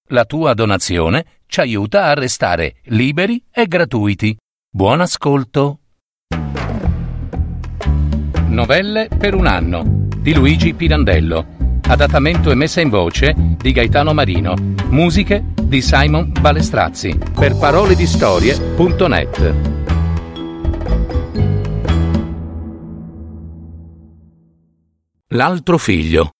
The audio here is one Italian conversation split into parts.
La tua donazione ci aiuta a restare liberi e gratuiti. Buon ascolto. Novelle per un anno di Luigi Pirandello. Adattamento e messa in voce di Gaetano Marino. Musiche di Simon Balestrazzi. Per paroledistorie.net. L'altro figlio.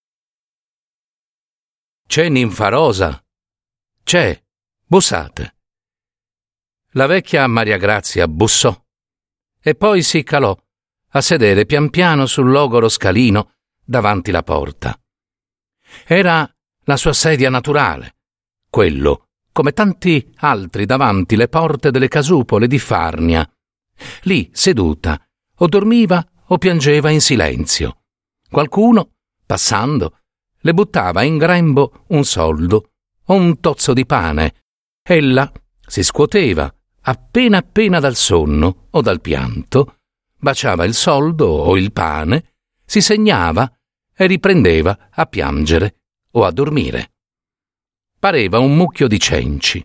C'è Ninfarosa. C'è. Bussate. La vecchia Maria Grazia bussò e poi si calò a sedere pian piano sul logoro scalino davanti la porta. Era la sua sedia naturale, quello, come tanti altri davanti le porte delle casupole di Farnia. Lì, seduta, o dormiva o piangeva in silenzio. Qualcuno, passando, le buttava in grembo un soldo o un tozzo di pane. Ella si scuoteva appena dal sonno o dal pianto, baciava il soldo o il pane, si segnava e riprendeva a piangere o a dormire. Pareva un mucchio di cenci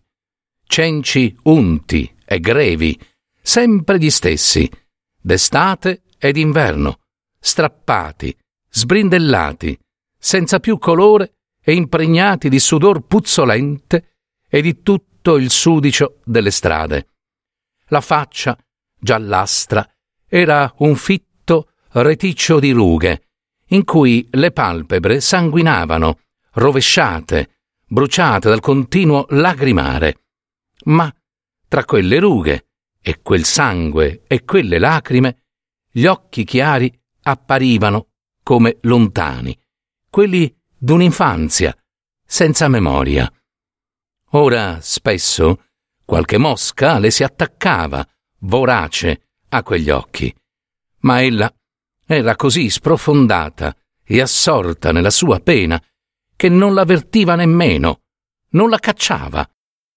unti e grevi, sempre gli stessi, d'estate e d'inverno, strappati, sbrindellati, senza più colore e impregnati di sudor puzzolente e di tutto il sudicio delle strade. La faccia, giallastra, era un fitto reticcio di rughe, in cui le palpebre sanguinavano, rovesciate, bruciate dal continuo lagrimare. Ma tra quelle rughe e quel sangue e quelle lacrime, gli occhi chiari apparivano come lontani, quelli d'un'infanzia, senza memoria. Ora, spesso, qualche mosca le si attaccava, vorace, a quegli occhi, ma ella era così sprofondata e assorta nella sua pena che non l'avvertiva nemmeno, non la cacciava.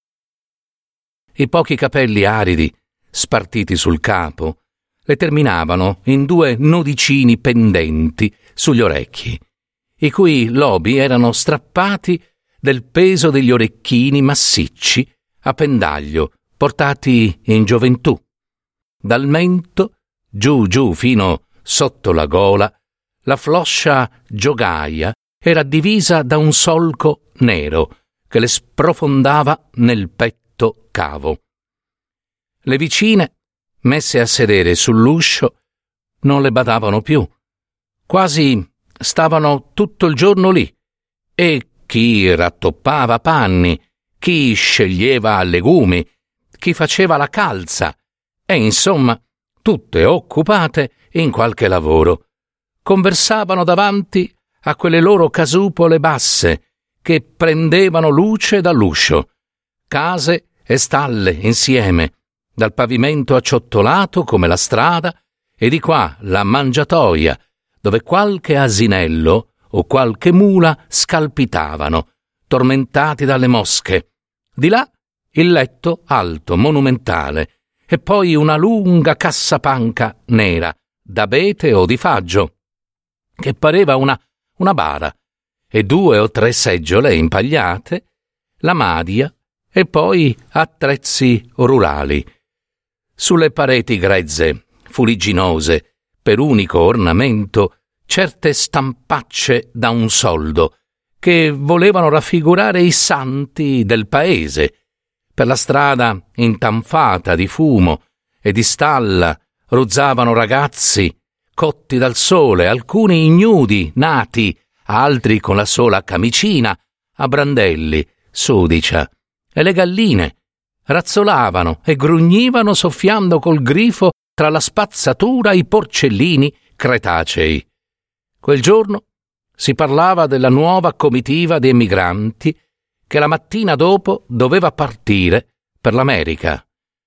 I pochi capelli aridi, spartiti sul capo, le terminavano in 2 nodicini pendenti sugli orecchi, i cui lobi erano strappati del peso degli orecchini massicci a pendaglio portati in gioventù. Dal mento, giù fino sotto la gola, la floscia giogaia era divisa da un solco nero che le sprofondava nel petto cavo. Le vicine, messe a sedere sull'uscio, non le badavano più. Quasi stavano tutto il giorno lì, e chi rattoppava panni, chi sceglieva legumi, chi faceva la calza, e insomma tutte occupate in qualche lavoro. Conversavano davanti a quelle loro casupole basse che prendevano luce dall'uscio, case e stalle insieme, dal pavimento acciottolato come la strada, e di qua la mangiatoia, dove qualche asinello o qualche mula scalpitavano, tormentati dalle mosche. Di là il letto alto, monumentale, e poi una lunga cassapanca nera, d'abete o di faggio, che pareva una bara, e 2 o 3 seggiole impagliate, la madia e poi attrezzi rurali. Sulle pareti grezze, fuligginose, per unico ornamento, certe stampacce da un soldo, che volevano raffigurare i santi del paese. Per la strada intanfata di fumo e di stalla ruzzavano ragazzi, cotti dal sole, alcuni ignudi, nati, altri con la sola camicina, a brandelli, sudicia, e le galline razzolavano e grugnivano soffiando col grifo tra la spazzatura i porcellini cretacei. Quel giorno si parlava della nuova comitiva di emigranti che la mattina dopo doveva partire per l'America.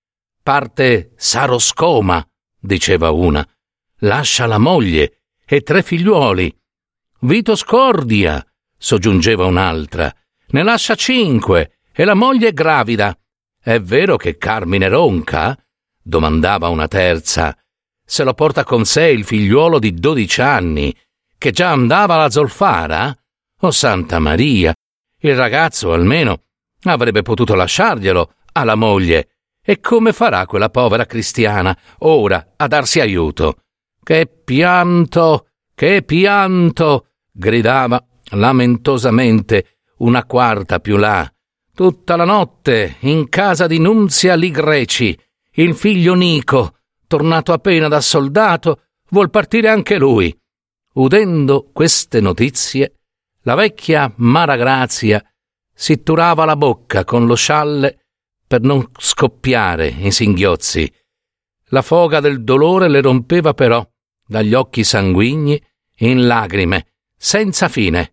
Parte Saroscoma, diceva una, lascia la moglie e 3 figliuoli. Vito Scordia, soggiungeva un'altra, ne lascia 5 e la moglie è gravida. È vero che Carmine ronca? Domandava una terza. Se lo porta con sé il figliuolo di 12 anni, che già andava alla zolfara? Oh Santa Maria, il ragazzo almeno Avrebbe potuto lasciarglielo alla moglie. E come farà quella povera cristiana ora a darsi aiuto? Che pianto, che pianto! Gridava lamentosamente una quarta più là. Tutta la notte in casa di Nunzia Ligreci, il figlio Nico, tornato appena da soldato, vuol partire anche lui. Udendo queste notizie, la vecchia Maragrazia si turava la bocca con lo scialle per non scoppiare in singhiozzi. La foga del dolore le rompeva però dagli occhi sanguigni in lagrime, senza fine.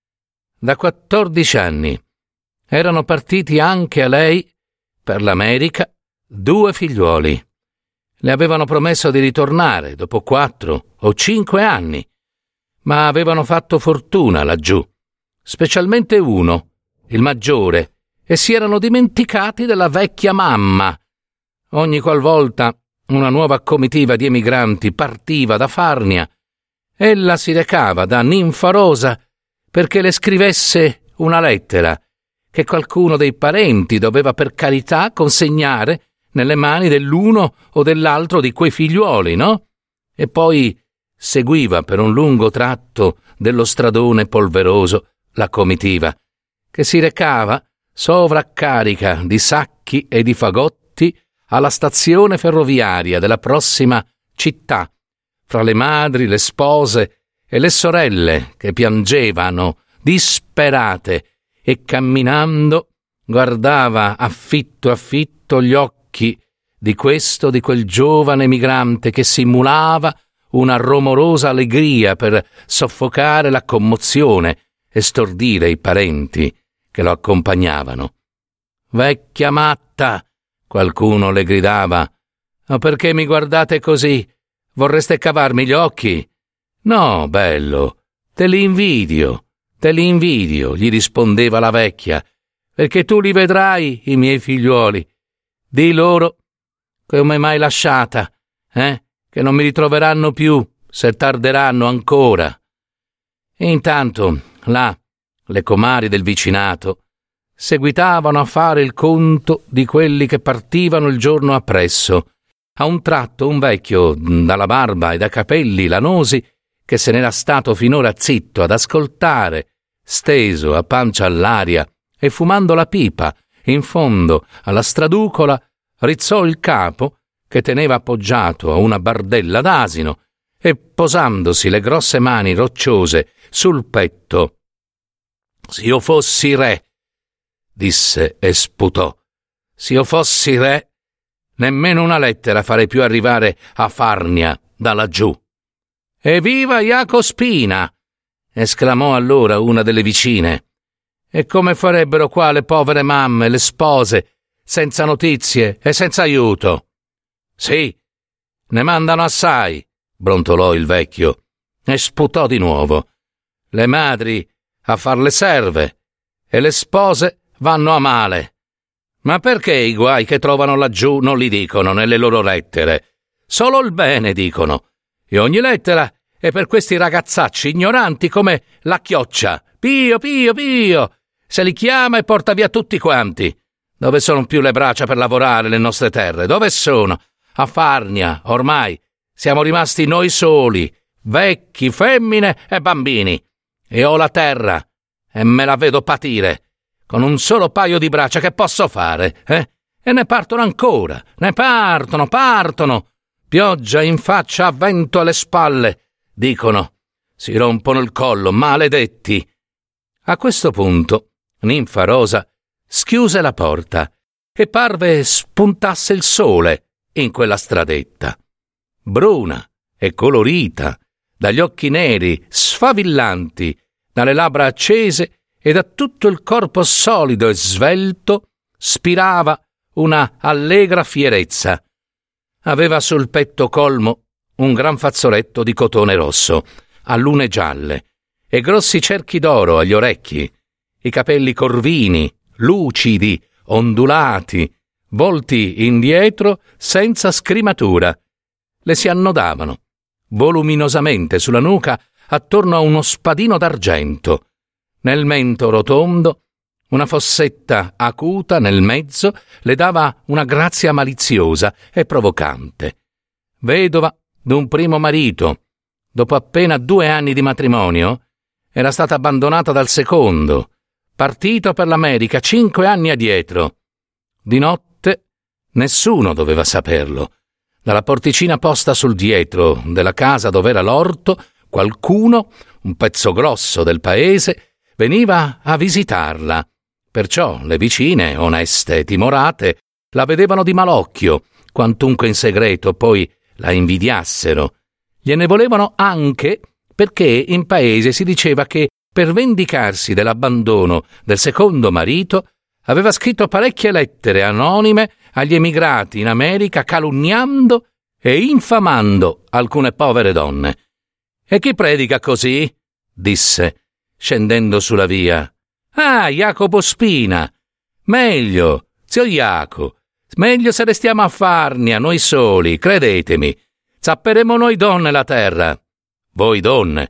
Da 14 anni erano partiti anche a lei, per l'America, 2 figliuoli. Le avevano promesso di ritornare dopo 4 o 5 anni, ma avevano fatto fortuna laggiù, specialmente uno, il maggiore, e si erano dimenticati della vecchia mamma. Ogni qualvolta una nuova comitiva di emigranti partiva da Farnia, ella si recava da Ninfarosa perché le scrivesse una lettera che qualcuno dei parenti doveva per carità consegnare nelle mani dell'uno o dell'altro di quei figliuoli, no? E poi seguiva per un lungo tratto dello stradone polveroso la comitiva, che si recava sovraccarica di sacchi e di fagotti alla stazione ferroviaria della prossima città, fra le madri, le spose e le sorelle che piangevano disperate e camminando guardava affitto gli occhi di questo di quel giovane emigrante che simulava una romorosa allegria per soffocare la commozione e stordire i parenti che lo accompagnavano. «Vecchia matta!» qualcuno le gridava. «Ma perché mi guardate così? Vorreste cavarmi gli occhi?» «No, bello, te li invidio, gli rispondeva la vecchia, perché tu li vedrai, i miei figliuoli. Di loro come m'hai lasciata, che non mi ritroveranno più se tarderanno ancora». E intanto, là, le comari del vicinato seguitavano a fare il conto di quelli che partivano il giorno appresso. A un tratto un vecchio, dalla barba e dai capelli lanosi, che se n'era stato finora zitto ad ascoltare, steso a pancia all'aria e fumando la pipa in fondo alla straducola, rizzò il capo che teneva appoggiato a una bardella d'asino e, posandosi le grosse mani rocciose sul petto: «S'io fossi re», disse e sputò, «s'io fossi re, nemmeno una lettera farei più arrivare a Farnia da laggiù». «Evviva Jaco Spina!» esclamò allora una delle vicine. «E come farebbero qua le povere mamme, le spose, senza notizie e senza aiuto?» «Sì, ne mandano assai», brontolò il vecchio e sputò di nuovo. «Le madri a far le serve e le spose vanno a male. Ma perché i guai che trovano laggiù non li dicono nelle loro lettere? Solo il bene dicono. E ogni lettera è per questi ragazzacci ignoranti come la chioccia. Pio, pio, pio! Se li chiama e porta via tutti quanti. Dove sono più le braccia per lavorare le nostre terre? Dove sono? A Farnia, ormai, siamo rimasti noi soli, vecchi, femmine e bambini. E ho la terra e me la vedo patire. Con un solo paio di braccia che posso fare, E ne partono ancora, ne partono. Pioggia in faccia, vento alle spalle, dicono. Si rompono il collo, maledetti. A questo punto Ninfarosa schiuse la porta e parve spuntasse il sole in quella stradetta. Bruna e colorita, dagli occhi neri sfavillanti, dalle labbra accese e da tutto il corpo solido e svelto, spirava una allegra fierezza. Aveva sul petto colmo un gran fazzoletto di cotone rosso, a lune gialle, e grossi cerchi d'oro agli orecchi, i capelli corvini, lucidi, ondulati, volti indietro senza scrimatura. Le si annodavano voluminosamente sulla nuca attorno a uno spadino d'argento. Nel mento rotondo Una fossetta acuta nel mezzo le dava una grazia maliziosa e provocante. Vedova d'un primo marito, dopo appena 2 anni di matrimonio, era stata abbandonata dal secondo, partito per l'America 5 anni addietro. Di notte nessuno doveva saperlo. Dalla porticina posta sul dietro della casa dov'era l'orto, qualcuno, un pezzo grosso del paese, veniva a visitarla. Perciò le vicine, oneste e timorate, la vedevano di malocchio, quantunque in segreto poi la invidiassero. Gliene volevano anche perché in paese si diceva che, per vendicarsi dell'abbandono del secondo marito, aveva scritto parecchie lettere anonime agli emigrati in America, calunniando e infamando alcune povere donne. «E chi predica così?» disse, scendendo sulla via. «Ah, Jacopo Spina! Meglio, zio Jaco, meglio se restiamo a Farnia, noi soli, credetemi. Zapperemo noi donne la terra». Voi donne,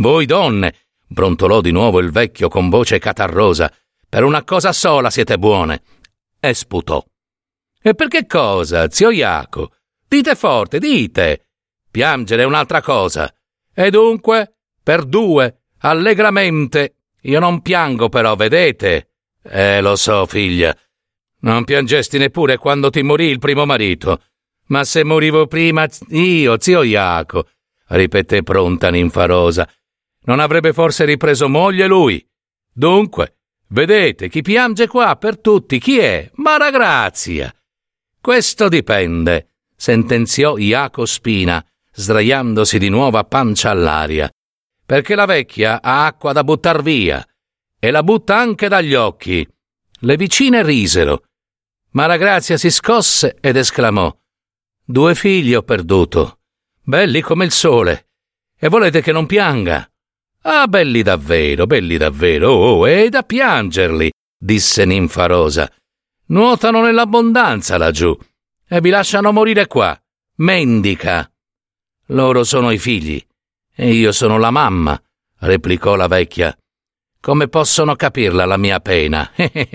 brontolò di nuovo il vecchio con voce catarrosa. «Per una cosa sola siete buone». E sputò. «E per che cosa, zio Jaco? Dite forte, dite. Piangere è un'altra cosa. E dunque, per 2, allegramente. Io non piango però, vedete?» Lo so, figlia. Non piangesti neppure quando ti morì il primo marito. Ma se morivo prima io, zio Jaco», ripeté pronta Ninfarosa, «non avrebbe forse ripreso moglie lui? Dunque, vedete, chi piange qua per tutti chi è? Maragrazia». «Questo dipende», sentenziò Jaco Spina, sdraiandosi di nuovo a pancia all'aria, «perché la vecchia ha acqua da buttar via e la butta anche dagli occhi». Le vicine risero. Maragrazia si scosse ed esclamò: «2 figli ho perduto, belli come il sole, e volete che non pianga?» «Ah, belli davvero, oh, è da piangerli», disse Ninfarosa. «Nuotano nell'abbondanza laggiù e vi lasciano morire qua, mendica». «Loro sono i figli e io sono la mamma», replicò la vecchia. «Come possono capirla la mia pena?»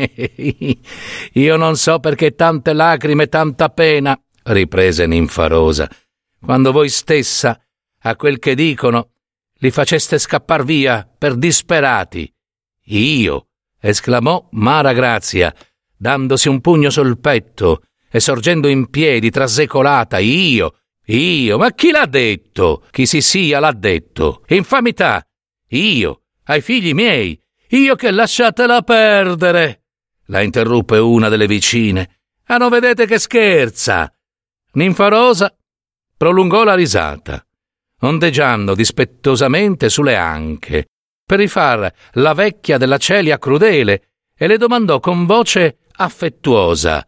«Io non so perché tante lacrime e tanta pena», riprese Ninfarosa, «quando voi stessa, a quel che dicono, li faceste scappar via per disperati». «Io?» esclamò Maragrazia, dandosi un pugno sul petto e sorgendo in piedi trasecolata. Io? Ma chi l'ha detto? Chi si sia l'ha detto. Infamità! Io? Ai figli miei? Io che lasciatela perdere!» La interruppe una delle vicine. «Ah, non vedete che scherza?» Ninfarosa prolungò la risata, ondeggiando dispettosamente sulle anche, per rifar la vecchia della celia crudele, e le domandò con voce affettuosa: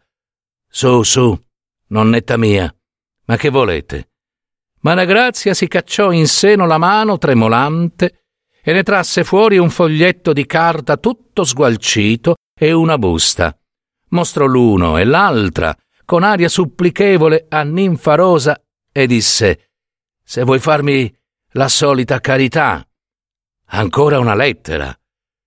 Su, nonnetta mia, ma che volete?» Maragrazia si cacciò in seno la mano tremolante e ne trasse fuori un foglietto di carta tutto sgualcito e una busta. Mostrò l'uno e l'altra con aria supplichevole a Ninfarosa e disse: «Se vuoi farmi la solita carità, ancora una lettera.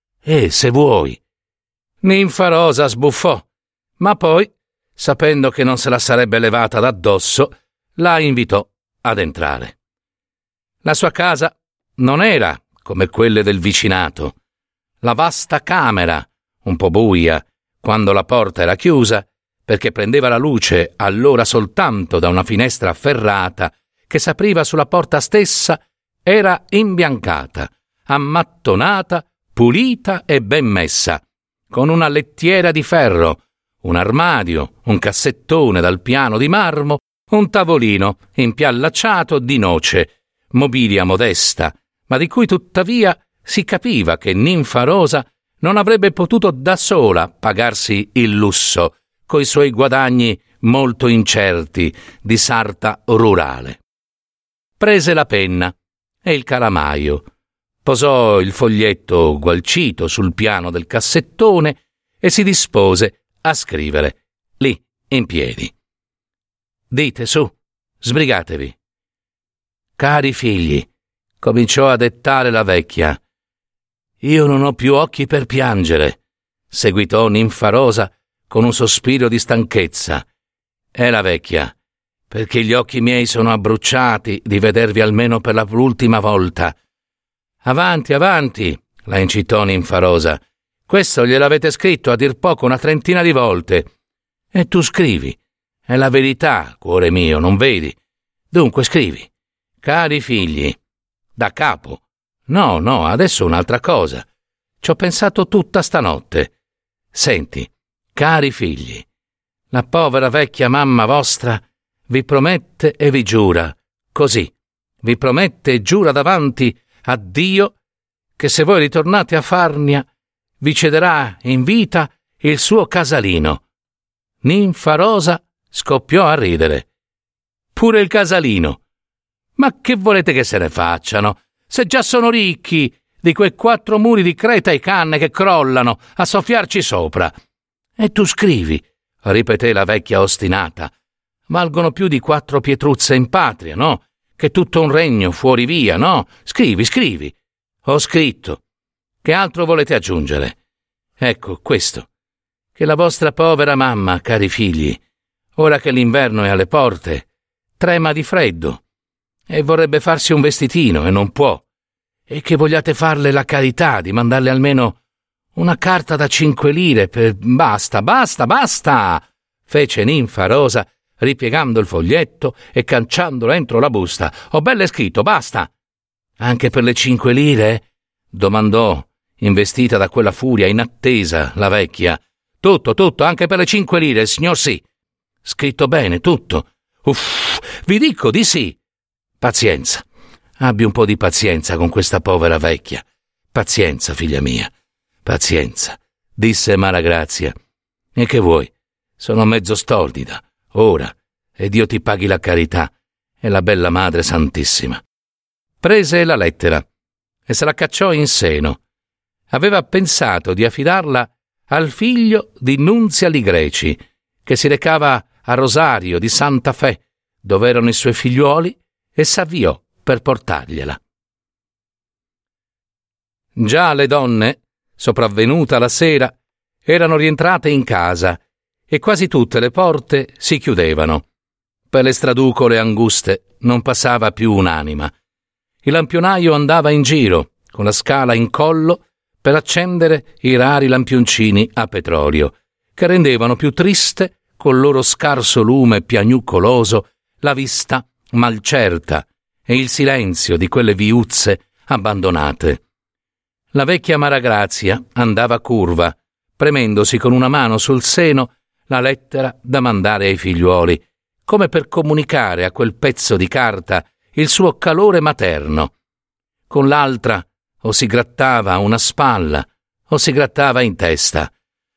Se vuoi». Ninfarosa sbuffò, ma poi, sapendo che non se la sarebbe levata d'addosso, la invitò ad entrare. La sua casa non era come quelle del vicinato. La vasta camera, un po' buia quando la porta era chiusa, perché prendeva la luce allora soltanto da una finestra ferrata che s'apriva sulla porta stessa, era imbiancata, ammattonata, pulita e ben messa, con una lettiera di ferro, un armadio, un cassettone dal piano di marmo, un tavolino impiallacciato di noce, mobilia modesta, ma di cui tuttavia si capiva che Ninfarosa non avrebbe potuto da sola pagarsi il lusso, coi suoi guadagni molto incerti di sarta rurale. Prese la penna e il calamaio, posò il foglietto gualcito sul piano del cassettone e si dispose a scrivere, lì, in piedi. «Dite, su, sbrigatevi». «Cari figli», cominciò a dettare la vecchia, «io non ho più occhi per piangere. seguitò Ninfarosa con un sospiro di stanchezza. È la vecchia, perché gli occhi miei sono abbruciati di vedervi almeno per l'ultima volta. Avanti, avanti, la incitò Ninfarosa. Questo gliel'avete scritto a dir poco una trentina di volte. E tu scrivi. È la verità, cuore mio, non vedi? Dunque scrivi. Cari figli. Da capo. No, adesso un'altra cosa. Ci ho pensato tutta stanotte. Senti, cari figli, la povera vecchia mamma vostra vi promette e vi giura, così, vi promette e giura davanti a Dio che se voi ritornate a Farnia vi cederà in vita il suo casalino. Ninfarosa scoppiò a ridere. Pure il casalino. Ma che volete che se ne facciano, se già sono ricchi di quei 4 muri di creta e canne che crollano a soffiarci sopra? E tu scrivi, ripeté la vecchia ostinata. Valgono più di 4 pietruzze in patria, no? Che tutto un regno fuori via, no? Scrivi. Ho scritto. Che altro volete aggiungere? Ecco, questo. Che la vostra povera mamma, cari figli, ora che l'inverno è alle porte, trema di freddo e vorrebbe farsi un vestitino e non può, e che vogliate farle la carità di mandarle almeno una carta da 5 lire per... Basta, fece Ninfarosa, ripiegando il foglietto e canciandolo entro la busta. Ho belle scritto, basta. Anche per le 5 lire? Domandò, investita da quella furia inattesa, la vecchia. Tutto, anche per le 5 lire, signor sì. Scritto bene, tutto. Uff, vi dico di sì. Pazienza. Abbi un po' di pazienza con questa povera vecchia. Pazienza, figlia mia. Pazienza, disse Maragrazia. E che vuoi? Sono mezzo stordida, ora, e Dio ti paghi la carità, e la bella Madre Santissima. Prese la lettera e se la cacciò in seno. Aveva pensato di affidarla al figlio di Nunzia Ligreci, che si recava a Rosario di Santa Fe, dove erano i suoi figliuoli, e s'avviò per portargliela. Già le donne, sopravvenuta la sera, erano rientrate in casa e quasi tutte le porte si chiudevano. Per le straducole anguste non passava più un'anima. Il lampionaio andava in giro, con la scala in collo, per accendere i rari lampioncini a petrolio, che rendevano più triste, col loro scarso lume piagnucoloso, la vista malcerta e il silenzio di quelle viuzze abbandonate. La vecchia Maragrazia andava curva, premendosi con una mano sul seno la lettera da mandare ai figliuoli, come per comunicare a quel pezzo di carta il suo calore materno. Con l'altra o si grattava una spalla o si grattava in testa.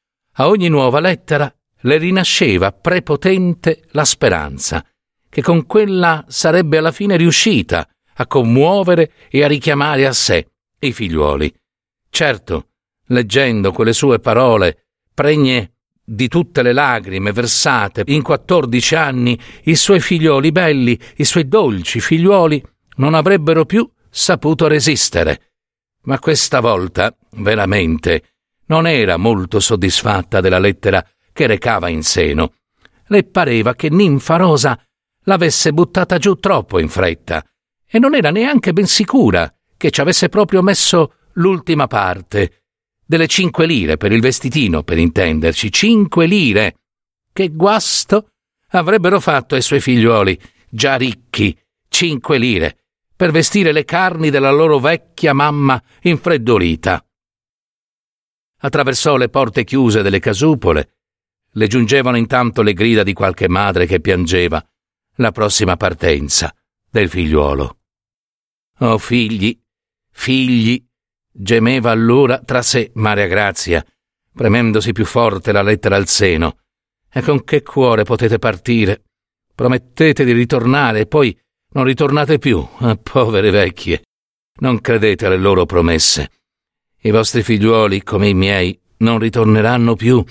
A ogni nuova lettera le rinasceva prepotente la speranza che con quella sarebbe alla fine riuscita a commuovere e a richiamare a sé i figliuoli. Certo, leggendo quelle sue parole, pregne di tutte le lagrime versate in 14 anni, i suoi figliuoli belli, i suoi dolci figliuoli, non avrebbero più saputo resistere. Ma questa volta, veramente, non era molto soddisfatta della lettera che recava in seno. Le pareva che Ninfarosa l'avesse buttata giù troppo in fretta e non era neanche ben sicura che ci avesse proprio messo l'ultima parte, delle 5 lire per il vestitino, per intenderci, 5 lire. Che guasto avrebbero fatto ai suoi figliuoli, già ricchi, 5 lire, per vestire le carni della loro vecchia mamma infreddolita. Attraversò le porte chiuse delle casupole. Le giungevano intanto le grida di qualche madre che piangeva la prossima partenza del figliuolo. «Oh, figli, gemeva allora tra sé Maria Grazia, premendosi più forte la lettera al seno. E con che cuore potete partire? Promettete di ritornare e poi non ritornate più, povere vecchie. Non credete alle loro promesse. I vostri figliuoli, come i miei, non ritorneranno più.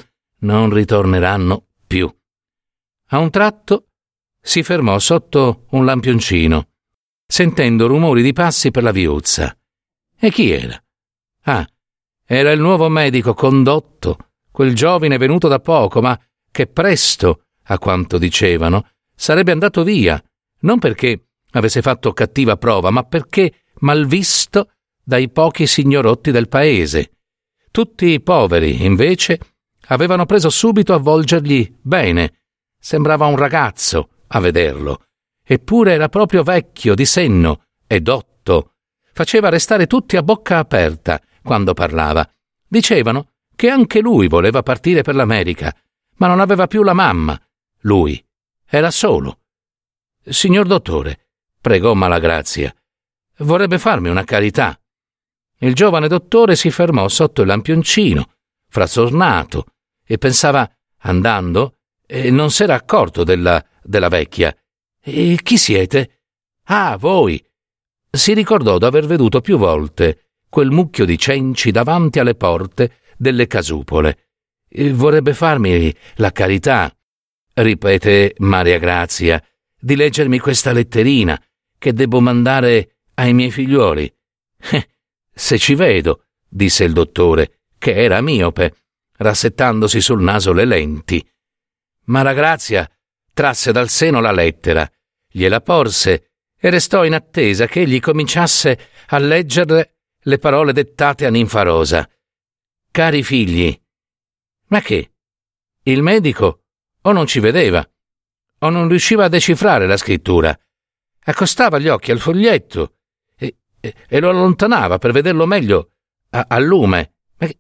A un tratto si fermò sotto un lampioncino, sentendo rumori di passi per la viuzza. E chi era? Ah, era il nuovo medico condotto quel giovine venuto da poco, ma che presto, a quanto dicevano, sarebbe andato via, non perché avesse fatto cattiva prova, ma perché malvisto dai pochi signorotti del paese. Tutti i poveri, invece, avevano preso subito a volgergli bene. Sembrava un ragazzo a vederlo, eppure era proprio vecchio di senno e dotto. Faceva restare tutti a bocca aperta quando parlava. Dicevano che anche lui voleva partire per l'America, ma non aveva più la mamma. Lui era solo. «Signor dottore», pregò Malagrazia, «vorrebbe farmi una carità». Il giovane dottore si fermò sotto il lampioncino, frastornato, e pensava, andando, e non s'era accorto della vecchia. «E chi siete?» «Ah, voi!» Si ricordò d'aver veduto più volte quel mucchio di cenci davanti alle porte delle casupole. «Vorrebbe farmi la carità», ripete Maria Grazia, «di leggermi questa letterina che debbo mandare ai miei figliuoli». «Se ci vedo», disse il dottore, che era miope, rassettandosi sul naso le lenti. Maria Grazia trasse dal seno la lettera, gliela porse e restò in attesa che egli cominciasse a leggerle le parole dettate a Ninfarosa. «Cari figli». Ma che? Il medico o non ci vedeva, o non riusciva a decifrare la scrittura. Accostava gli occhi al foglietto e lo allontanava per vederlo meglio al lume.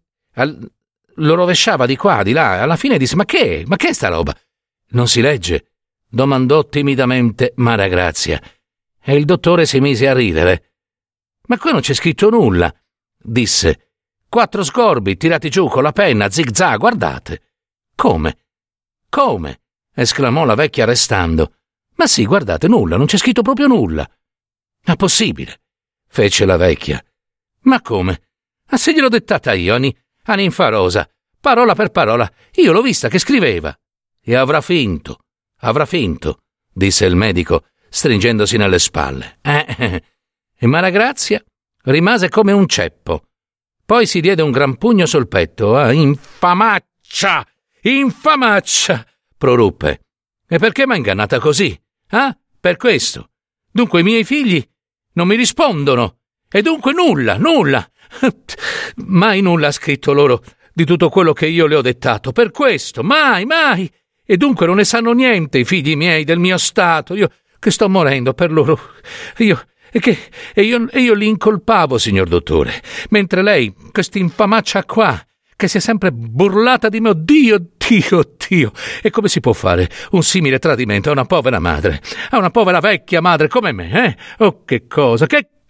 Lo rovesciava di qua, di là. Alla fine disse: Ma che è sta roba? «Non si legge?» domandò timidamente Maria Grazia. E il dottore si mise a ridere. «Ma qui non c'è scritto nulla», disse. «4 scorbi tirati giù con la penna, zig-zag, guardate». «Come? Come?» esclamò la vecchia restando. «Ma sì, guardate, nulla, non c'è scritto proprio nulla». «Ma possibile?» fece la vecchia. «Ma come? Ma se gliel'ho dettata io a Ninfarosa, parola per parola, io l'ho vista che scriveva». «E avrà finto, disse il medico, stringendosi nelle spalle. E Maria Grazia rimase come un ceppo. Poi si diede un gran pugno sul petto. «Infamaccia! Infamaccia!» proruppe. «E perché m'ha ingannata così? Per questo. Dunque i miei figli non mi rispondono. E dunque nulla. Mai nulla ha scritto loro di tutto quello che io le ho dettato. Per questo, mai. E dunque non ne sanno niente i figli miei del mio stato. Io che sto morendo per loro. Io li incolpavo, signor dottore, mentre lei, quest'infamaccia qua, che si è sempre burlata di me, Dio. E come si può fare un simile tradimento a una povera madre, a una povera vecchia madre come me, Oh, che cosa!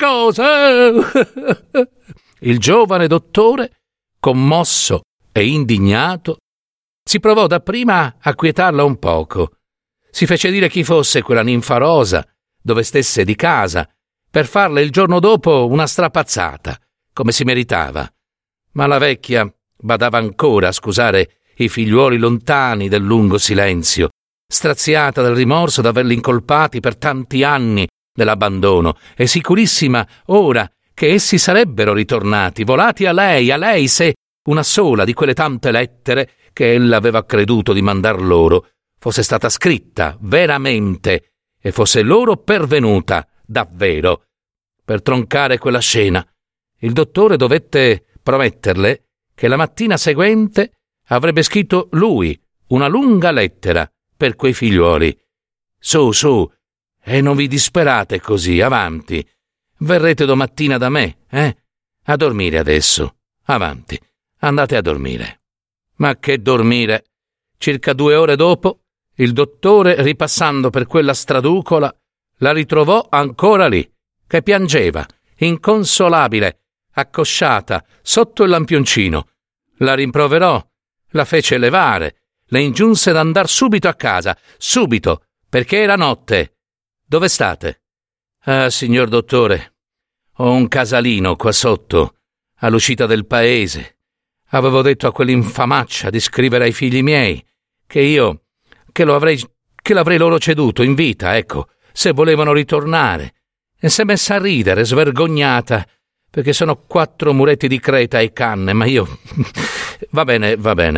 Il giovane dottore, commosso e indignato, si provò dapprima a quietarla un poco. Si fece dire chi fosse quella Ninfarosa, dove stesse di casa, per farle il giorno dopo una strapazzata, come si meritava. Ma la vecchia badava ancora a scusare i figliuoli lontani del lungo silenzio, straziata dal rimorso d'averli incolpati per tanti anni dell'abbandono e sicurissima ora che essi sarebbero ritornati, volati a lei se una sola di quelle tante lettere che ella aveva creduto di mandar loro fosse stata scritta veramente e fosse loro pervenuta davvero. Per troncare quella scena, il dottore dovette prometterle che la mattina seguente avrebbe scritto lui una lunga lettera per quei figliuoli. Su, e non vi disperate così, avanti. Verrete domattina da me, A dormire adesso. Avanti, andate a dormire. Ma che dormire? Circa 2 ore dopo, il dottore, ripassando per quella straducola, la ritrovò ancora lì, che piangeva, inconsolabile, accosciata, sotto il lampioncino. La rimproverò, la fece levare, le ingiunse d'andar subito a casa, subito, perché era notte. «Dove state?» «Ah, signor dottore, ho un casalino qua sotto, all'uscita del paese. Avevo detto a quell'infamaccia di scrivere ai figli miei che l'avrei loro ceduto in vita, ecco, se volevano ritornare. E s'è messa a ridere, svergognata, perché sono 4 muretti di creta e canne, ma io... Va bene.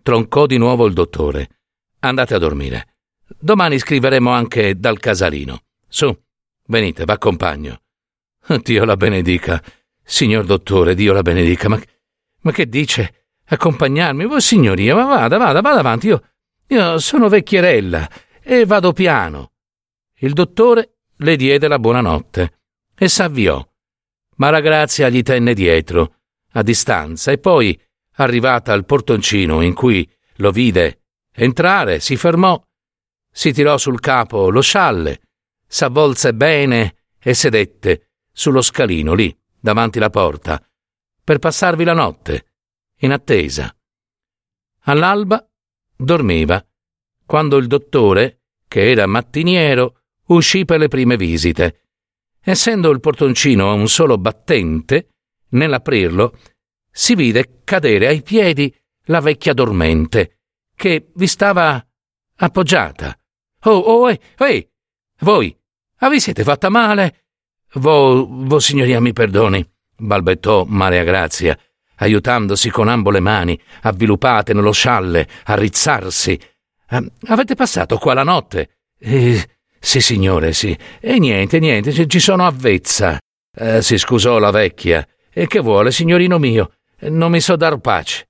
troncò di nuovo il dottore. Andate a dormire. Domani scriveremo anche dal casalino. Su, venite, v'accompagno. Dio la benedica. Signor dottore, Dio la benedica. Ma che dice? Accompagnarmi? Vossignoria, ma vada avanti. Io sono vecchierella e vado piano. Il dottore le diede la buonanotte e s'avviò. Maragrazia gli tenne dietro, a distanza, e poi, arrivata al portoncino in cui lo vide entrare, si fermò, si tirò sul capo lo scialle, s'avvolse bene e sedette sullo scalino lì, davanti la porta, per passarvi la notte, in attesa. All'alba dormiva, quando il dottore, che era mattiniero, uscì per le prime visite. Essendo il portoncino un solo battente, nell'aprirlo si vide cadere ai piedi la vecchia dormente, che vi stava appoggiata. Voi, vi siete fatta male? Vossignoria mi perdoni, balbettò Maria Grazia, aiutandosi con ambo le mani, avvilupate nello scialle, a rizzarsi. Avete passato qua la notte? Sì, signore, sì. E niente, ci sono avvezza. Si scusò la vecchia. E che vuole, signorino mio? Non mi so dar pace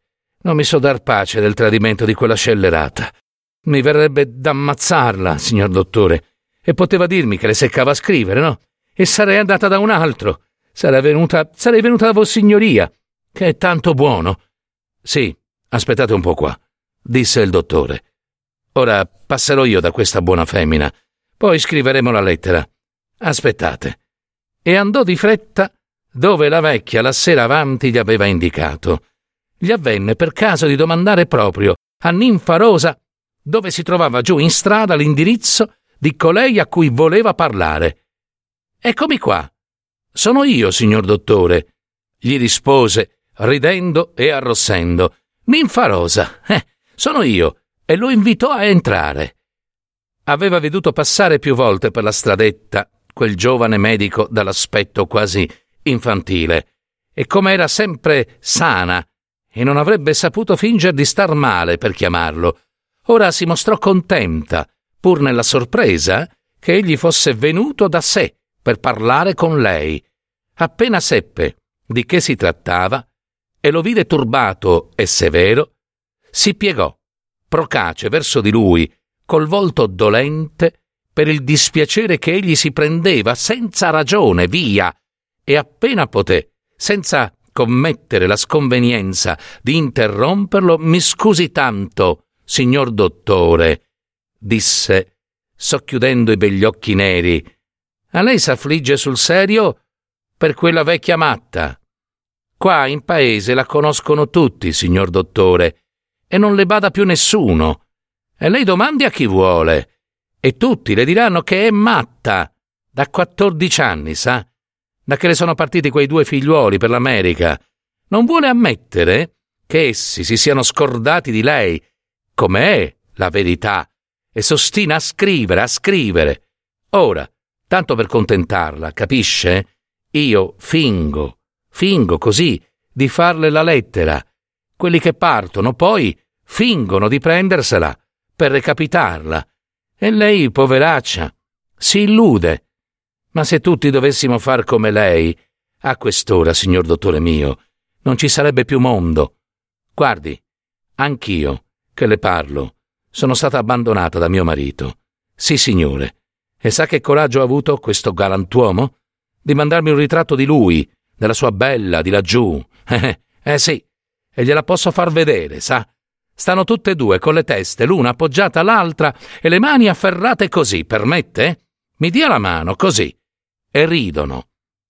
del tradimento di quella scellerata. Mi verrebbe d'ammazzarla, signor dottore. E poteva dirmi che le seccava a scrivere, no? E sarei andata da un altro. Sarei venuta da vossignoria, che è tanto buono. Sì, aspettate un po' qua, disse il dottore. Ora passerò io da questa buona femmina. Poi scriveremo la lettera. Aspettate. E andò di fretta dove la vecchia la sera avanti gli aveva indicato. Gli avvenne per caso di domandare proprio a Ninfarosa dove si trovava giù in strada l'indirizzo di colei a cui voleva parlare. Eccomi qua. Sono io, signor dottore, gli rispose, ridendo e arrossendo. Ninfarosa, sono io, e lo invitò a entrare. Aveva veduto passare più volte per la stradetta quel giovane medico dall'aspetto quasi infantile, e come era sempre sana e non avrebbe saputo fingere di star male per chiamarlo, ora si mostrò contenta, pur nella sorpresa, che egli fosse venuto da sé per parlare con lei. Appena seppe di che si trattava e lo vide turbato e severo, si piegò, procace verso di lui, col volto dolente per il dispiacere che egli si prendeva senza ragione via, e appena poté, senza commettere la sconvenienza di interromperlo, mi scusi tanto, signor dottore, disse, socchiudendo i begli occhi neri. A lei s'affligge sul serio per quella vecchia matta. Qua in paese la conoscono tutti, signor dottore, e non le bada più nessuno. E lei domandi a chi vuole, e tutti le diranno che è matta, da 14 anni, sa? Da che le sono partiti quei 2 figliuoli per l'America. Non vuole ammettere che essi si siano scordati di lei, com'è la verità, e s'ostina a scrivere. Ora, tanto per contentarla, capisce? Io fingo così di farle la lettera. Quelli che partono poi fingono di prendersela per recapitarla, e lei, poveraccia, si illude. Ma se tutti dovessimo far come lei, a quest'ora, signor dottore mio, non ci sarebbe più mondo. Guardi, anch'io, che le parlo, sono stata abbandonata da mio marito. Sì, signore. E sa che coraggio ha avuto questo galantuomo? Di mandarmi un ritratto di lui, della sua bella, di laggiù. Sì, e gliela posso far vedere, sa? Stanno tutte e 2 con le teste, l'una appoggiata all'altra e le mani afferrate così, permette? Mi dia la mano, così. E ridono.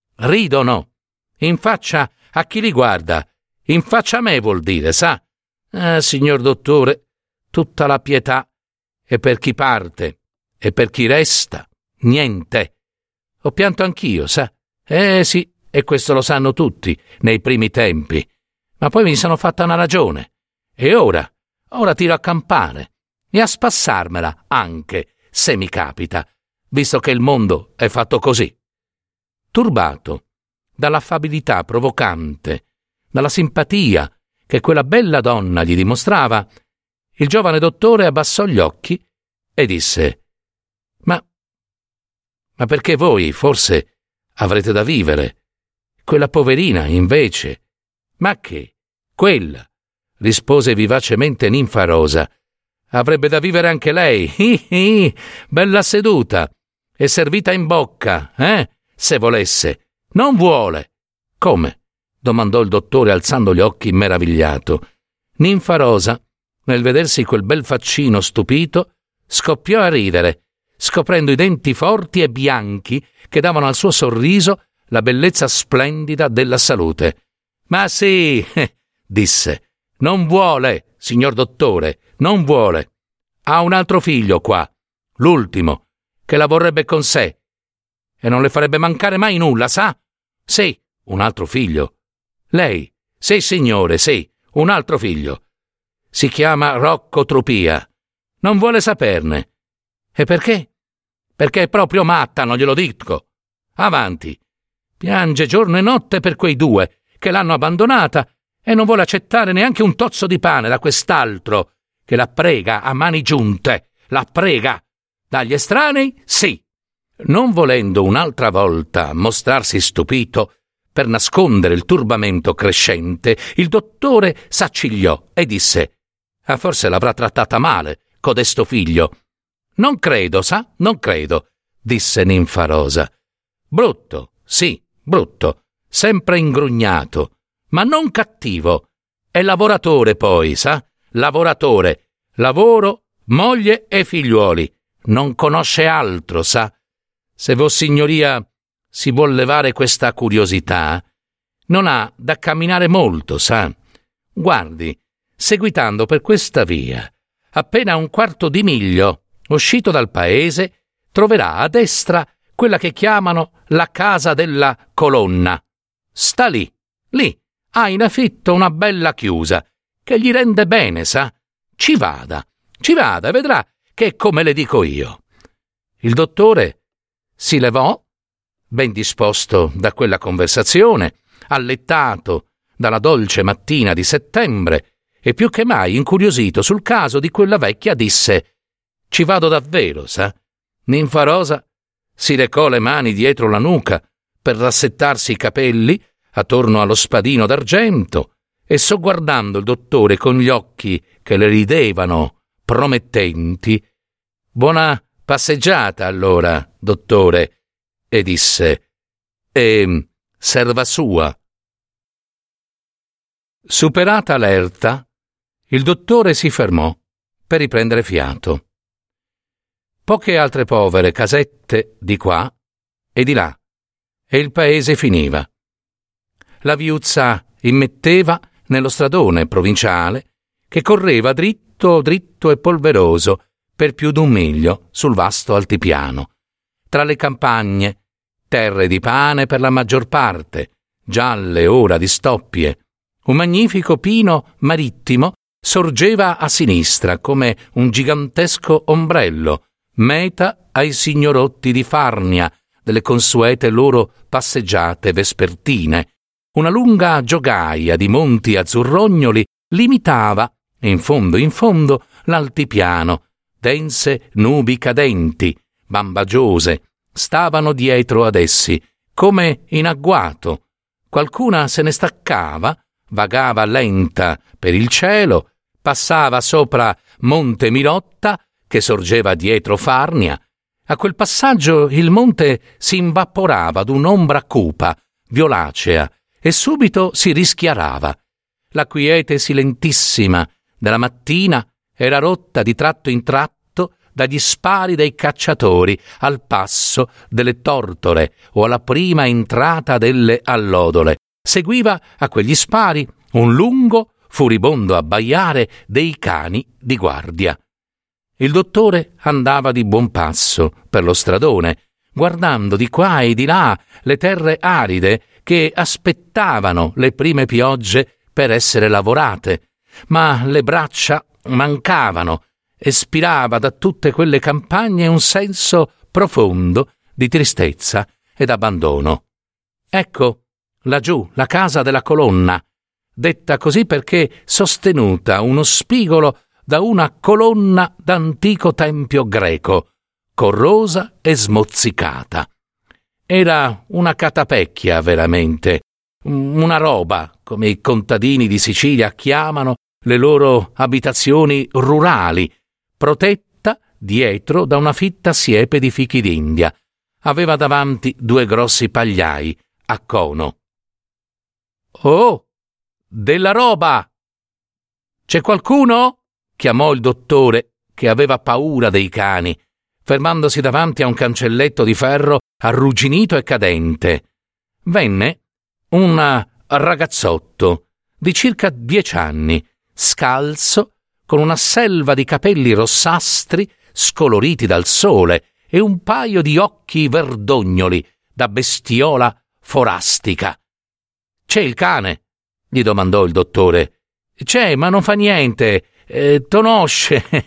In faccia a chi li guarda. In faccia a me vuol dire, sa? Signor dottore, tutta la pietà. E per chi parte, e per chi resta, niente. Ho pianto anch'io, sa? Sì, e questo lo sanno tutti, nei primi tempi. Ma poi mi sono fatta una ragione. E ora tiro a campare e a spassarmela anche, se mi capita, visto che il mondo è fatto così. Turbato dall'affabilità provocante, dalla simpatia che quella bella donna gli dimostrava, Il giovane dottore abbassò gli occhi e disse: Ma perché voi, forse, avrete da vivere? Quella poverina, invece. Ma che? Quella, rispose vivacemente Ninfarosa. Avrebbe da vivere anche lei. Bella seduta e servita in bocca, se volesse. Non vuole. Come? Domandò il dottore alzando gli occhi meravigliato. Ninfarosa, nel vedersi quel bel faccino stupito, scoppiò a ridere, scoprendo i denti forti e bianchi che davano al suo sorriso la bellezza splendida della salute. Ma sì, disse, non vuole, signor dottore, non vuole. Ha un altro figlio qua, l'ultimo, che la vorrebbe con sé. E non le farebbe mancare mai nulla, sa? Sì, un altro figlio. Lei? Sì, signore, sì, un altro figlio. Si chiama Rocco Trupìa. Non vuole saperne. E perché? Perché è proprio matta, non glielo dico. Avanti. Piange giorno e notte per quei due che l'hanno abbandonata e non vuole accettare neanche un tozzo di pane da quest'altro che la prega a mani giunte. La prega. Dagli estranei, sì. Non volendo un'altra volta mostrarsi stupito, per nascondere il turbamento crescente, il dottore s'accigliò e disse: forse l'avrà trattata male, codesto figlio. Non credo, sa, non credo, disse Ninfarosa. Brutto, sì, brutto, sempre ingrugnato, ma non cattivo. È lavoratore poi, sa, lavoratore, lavoro, moglie e figliuoli. Non conosce altro, sa. Se Vossignoria si vuol levare questa curiosità, non ha da camminare molto, sa. Guardi, seguitando per questa via, appena un quarto di miglio, uscito dal paese, troverà a destra quella che chiamano la casa della Colonna. Sta lì, ha in affitto una bella chiusa, che gli rende bene, sa. Ci vada, e vedrà che è come le dico io. Il dottore si levò, ben disposto da quella conversazione, allettato dalla dolce mattina di settembre, e più che mai incuriosito sul caso di quella vecchia, disse: ci vado davvero, sa. Ninfarosa si recò le mani dietro la nuca per rassettarsi i capelli attorno allo spadino d'argento e, sogguardando il dottore con gli occhi che le ridevano promettenti: buona passeggiata allora, dottore, e disse: e serva sua. Superata l'erta, il dottore si fermò per riprendere fiato. Poche altre povere casette di qua e di là, e il paese finiva. La viuzza immetteva nello stradone provinciale che correva dritto e polveroso per più d'un miglio sul vasto altipiano. Tra le campagne, terre di pane per la maggior parte, gialle ora di stoppie. Un magnifico pino marittimo sorgeva a sinistra come un gigantesco ombrello, meta ai signorotti di Farnia delle consuete loro passeggiate vespertine. Una lunga giogaia di monti azzurrognoli limitava, in fondo, l'altipiano. Dense nubi cadenti, bambagiose, stavano dietro ad essi, come in agguato. Qualcuna se ne staccava, vagava lenta per il cielo, passava sopra Monte Milotta, che sorgeva dietro Farnia. A quel passaggio il monte si invaporava d'un'ombra cupa, violacea, e subito si rischiarava. La quiete silentissima della mattina era rotta di tratto in tratto dagli spari dei cacciatori al passo delle tortore o alla prima entrata delle allodole. Seguiva a quegli spari un lungo, furibondo abbaiare dei cani di guardia. Il dottore andava di buon passo per lo stradone, guardando di qua e di là le terre aride che aspettavano le prime piogge per essere lavorate, ma le braccia mancavano e spirava da tutte quelle campagne un senso profondo di tristezza ed abbandono. Ecco, laggiù, la casa della Colonna, detta così perché sostenuta uno spigolo da una colonna d'antico tempio greco, corrosa e smozzicata. Era una catapecchia veramente, una roba, come i contadini di Sicilia chiamano le loro abitazioni rurali, protetta dietro da una fitta siepe di fichi d'India. Aveva davanti 2 grossi pagliai a cono. «Oh, della roba! C'è qualcuno?» chiamò il dottore, che aveva paura dei cani, fermandosi davanti a un cancelletto di ferro arrugginito e cadente. Venne un ragazzotto di circa 10 anni, scalzo, con una selva di capelli rossastri scoloriti dal sole e un paio di occhi verdognoli da bestiola forastica. «C'è il cane?» gli domandò il dottore. «C'è, ma non fa niente. Tonosce»,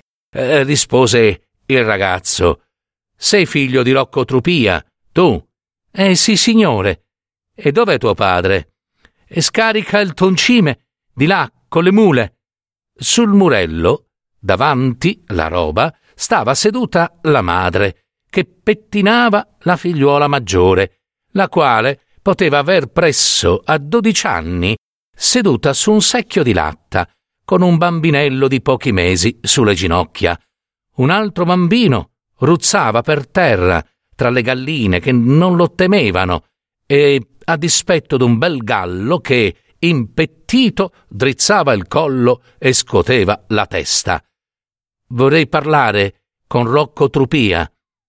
rispose il ragazzo. «Sei figlio di Rocco Trupia, tu?» «Sì, signore». «E dov'è tuo padre?» «Scarica il toncime, di là, con le mule». Sul murello, davanti la roba, stava seduta la madre, che pettinava la figliuola maggiore, la quale poteva aver presso a 12 anni, seduta su un secchio di latta, con un bambinello di pochi mesi sulle ginocchia. Un altro bambino ruzzava per terra tra le galline che non lo temevano e, a dispetto d'un bel gallo che, impettito, drizzava il collo e scoteva la testa. «Vorrei parlare con Rocco Trupia»,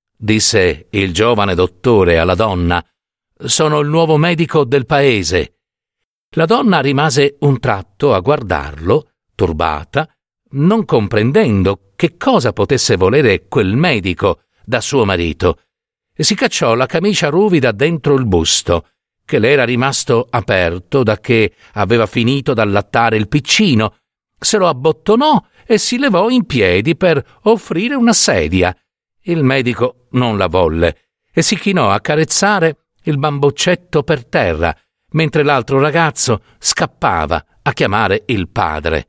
disse il giovane dottore alla donna. «Sono il nuovo medico del paese». La donna rimase un tratto a guardarlo, turbata, non comprendendo che cosa potesse volere quel medico da suo marito, e si cacciò la camicia ruvida dentro il busto, che le era rimasto aperto da che aveva finito d'allattare il piccino, se lo abbottonò e si levò in piedi per offrire una sedia. Il medico non la volle e si chinò a carezzare il bamboccetto per terra, mentre l'altro ragazzo scappava a chiamare il padre.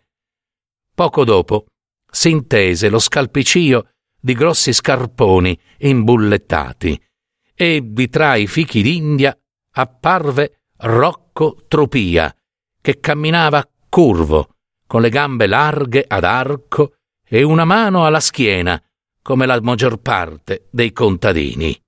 Poco dopo si intese lo scalpicio di grossi scarponi imbullettati e di tra i fichi d'India apparve Rocco Trupia, che camminava curvo, con le gambe larghe ad arco e una mano alla schiena, come la maggior parte dei contadini.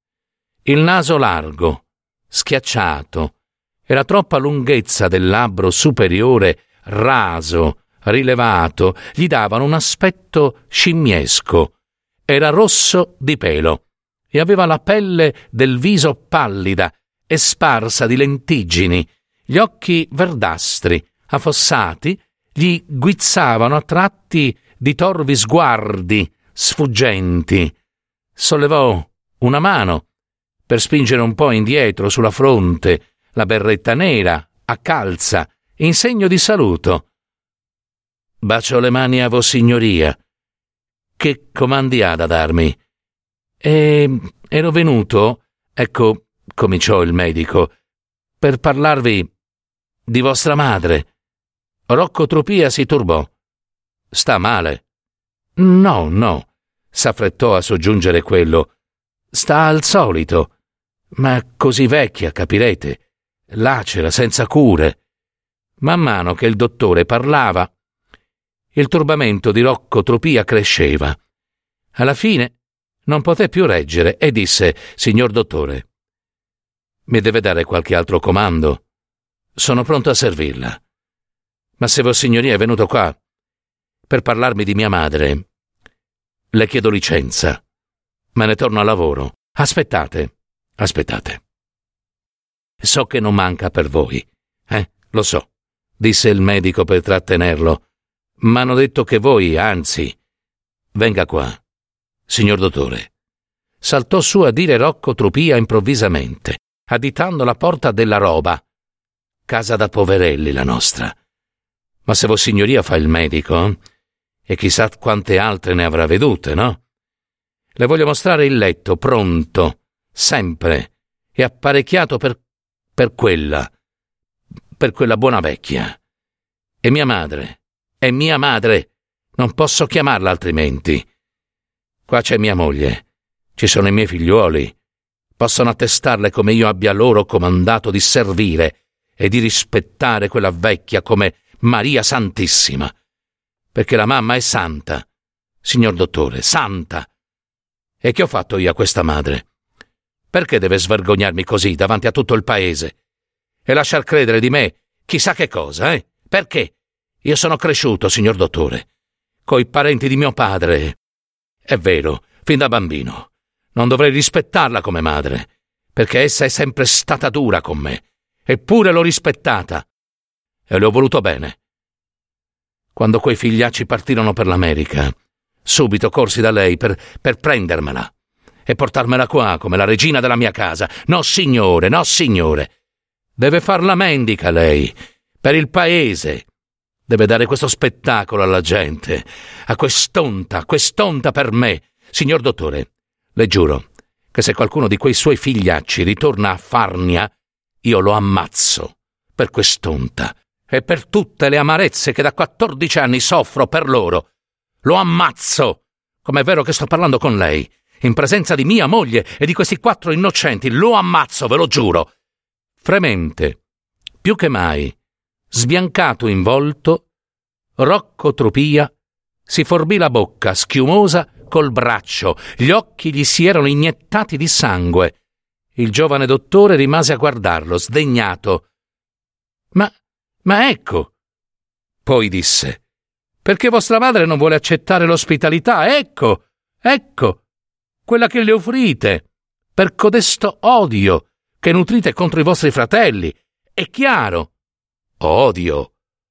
Il naso largo, schiacciato, e la troppa lunghezza del labbro superiore raso, rilevato, gli davano un aspetto scimmiesco. Era rosso di pelo e aveva la pelle del viso pallida e sparsa di lentiggini. Gli occhi verdastri, affossati, gli guizzavano a tratti di torvi sguardi sfuggenti. Sollevò una mano per spingere un po' indietro sulla fronte la berretta nera a calza in segno di saluto. «Bacio le mani a Vossignoria. Che comandi ha da darmi?» «Ero venuto», ecco, cominciò il medico, «per parlarvi di vostra madre». Rocco Trupia si turbò. «Sta male?» No», s'affrettò a soggiungere quello. «Sta al solito, ma così vecchia, capirete, lacera, senza cure». Man mano che il dottore parlava, il turbamento di Rocco Trupia cresceva. Alla fine non poté più reggere e disse: «Signor dottore, mi deve dare qualche altro comando? Sono pronto a servirla. Ma se Vossignoria è venuto qua per parlarmi di mia madre, le chiedo licenza. Me ne torno al lavoro. Aspettate. So che non manca per voi. Lo so», disse il medico per trattenerlo. «M'hanno detto che voi, anzi...» «Venga qua, signor dottore», saltò su a dire Rocco Trupia improvvisamente, additando la porta della roba. «Casa da poverelli la nostra. Ma se Vossignoria fa il medico, e chissà quante altre ne avrà vedute, no? Le voglio mostrare il letto, pronto, sempre, e apparecchiato per quella buona vecchia. È mia madre, Non posso chiamarla altrimenti. Qua c'è mia moglie, ci sono i miei figliuoli. Possono attestarle come io abbia loro comandato di servire e di rispettare quella vecchia come Maria Santissima. Perché la mamma è santa, signor dottore, santa. E che ho fatto io a questa madre? Perché deve svergognarmi così davanti a tutto il paese? E lasciar credere di me chissà che cosa, eh? Perché? Io sono cresciuto, signor dottore, coi parenti di mio padre. È vero, fin da bambino. Non dovrei rispettarla come madre, perché essa è sempre stata dura con me, eppure l'ho rispettata. E le ho voluto bene. Quando quei figliacci partirono per l'America, subito corsi da lei per prendermela e portarmela qua come la regina della mia casa. No, signore, no, signore. Deve far la mendica lei, per il paese. Deve dare questo spettacolo alla gente, a quest'onta per me. Signor dottore, le giuro che se qualcuno di quei suoi figliacci ritorna a Farnia, io lo ammazzo per quest'onta e per tutte le amarezze che da 14 anni soffro per loro. Lo ammazzo, com'è vero che sto parlando con lei, in presenza di mia moglie e di questi 4 innocenti. Lo ammazzo, ve lo giuro. Fremente, più che mai, sbiancato in volto, Rocco Trupìa si forbì la bocca schiumosa col braccio, gli occhi gli si erano iniettati di sangue. Il giovane dottore rimase a guardarlo, sdegnato. Ma ecco. Poi disse: perché vostra madre non vuole accettare l'ospitalità? Ecco, quella che le offrite, per codesto odio che nutrite contro i vostri fratelli. È chiaro. Odio,